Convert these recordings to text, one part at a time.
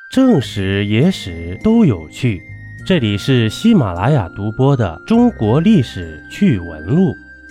正史野史都有趣，这里是喜马拉雅独播的中国历史趣闻录。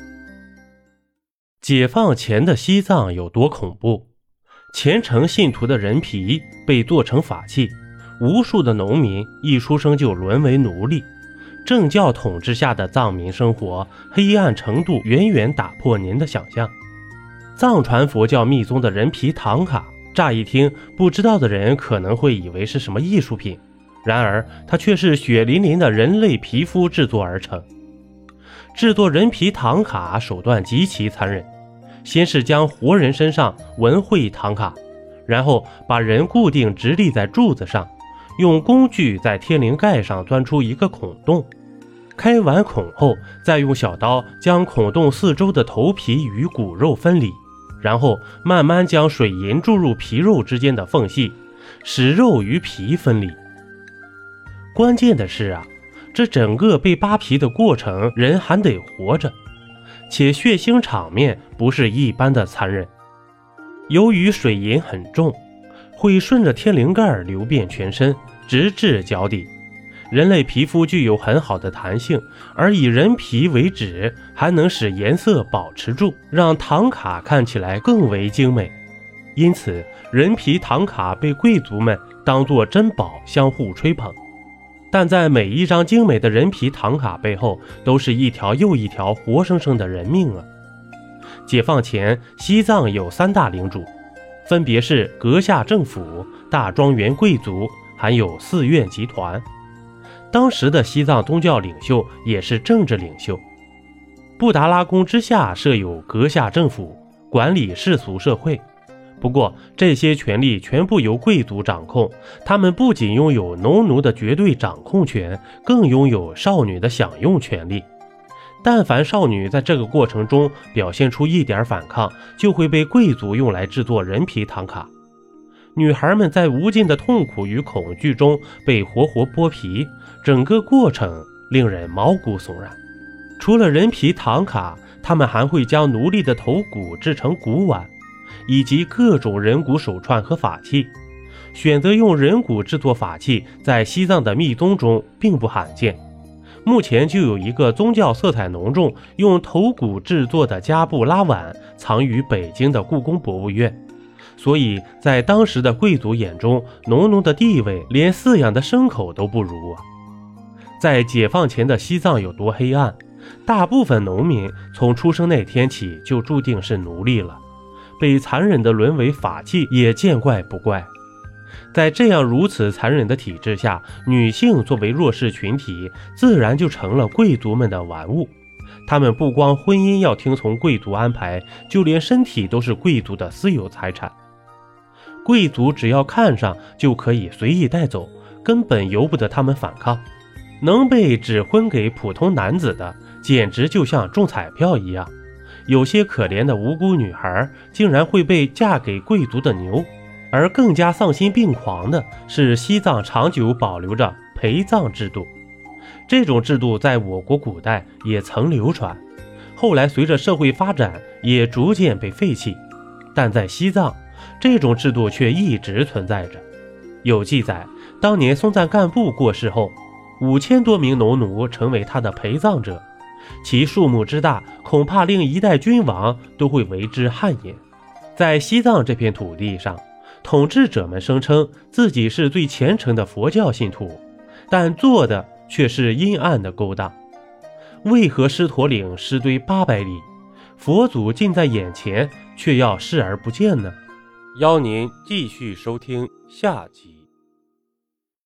解放前的西藏有多恐怖？虔诚信徒的人皮被做成法器，无数的农民一出生就沦为奴隶。政教统治下的藏民生活黑暗程度远远打破您的想象。藏传佛教密宗的人皮唐卡，乍一听不知道的人可能会以为是什么艺术品，然而它却是血淋淋的人类皮肤制作而成。制作人皮唐卡手段极其残忍，先是将活人身上纹绘唐卡，然后把人固定直立在柱子上，用工具在天灵盖上钻出一个孔洞，开完孔后再用小刀将孔洞四周的头皮与骨肉分离，然后慢慢将水银注入皮肉之间的缝隙，使肉与皮分离。关键的是这整个被扒皮的过程人还得活着，且血腥场面不是一般的残忍。由于水银很重，会顺着天灵盖流遍全身，直至脚底。人类皮肤具有很好的弹性，而以人皮为纸，还能使颜色保持住，让唐卡看起来更为精美。因此，人皮唐卡被贵族们当作珍宝相互吹捧。但在每一张精美的人皮唐卡背后，都是一条又一条活生生的人命啊！解放前，西藏有三大领主，分别是阁下政府、大庄园贵族，还有寺院集团。当时的西藏宗教领袖也是政治领袖。布达拉宫之下设有阁下政府，管理世俗社会。不过这些权力全部由贵族掌控，他们不仅拥有农奴的绝对掌控权，更拥有少女的享用权利。但凡少女在这个过程中表现出一点反抗，就会被贵族用来制作人皮唐卡。女孩们在无尽的痛苦与恐惧中被活活剥皮，整个过程令人毛骨悚然。除了人皮唐卡，他们还会将奴隶的头骨制成骨碗，以及各种人骨手串和法器。选择用人骨制作法器，在西藏的密宗中并不罕见。目前就有一个宗教色彩浓重、用头骨制作的加布拉碗藏于北京的故宫博物院。所以在当时的贵族眼中，农奴的地位连饲养的牲口都不如啊！在解放前的西藏有多黑暗？大部分农民从出生那天起就注定是奴隶了，被残忍地沦为法器也见怪不怪。在这样如此残忍的体制下，女性作为弱势群体，自然就成了贵族们的玩物。他们不光婚姻要听从贵族安排，就连身体都是贵族的私有财产。贵族只要看上就可以随意带走，根本由不得他们反抗。能被指婚给普通男子的，简直就像中彩票一样。有些可怜的无辜女孩竟然会被嫁给贵族的牛。而更加丧心病狂的是，西藏长久保留着陪葬制度。这种制度在我国古代也曾流传，后来随着社会发展也逐渐被废弃。但在西藏，这种制度却一直存在着。有记载，当年松赞干布过世后，5000多名农奴成为他的陪葬者，其数目之大，恐怕令一代君王都会为之汗颜。在西藏这片土地上，统治者们声称自己是最虔诚的佛教信徒，但做的却是阴暗的勾当。为何狮驼岭尸堆800里，佛祖近在眼前，却要视而不见呢？邀您继续收听下集。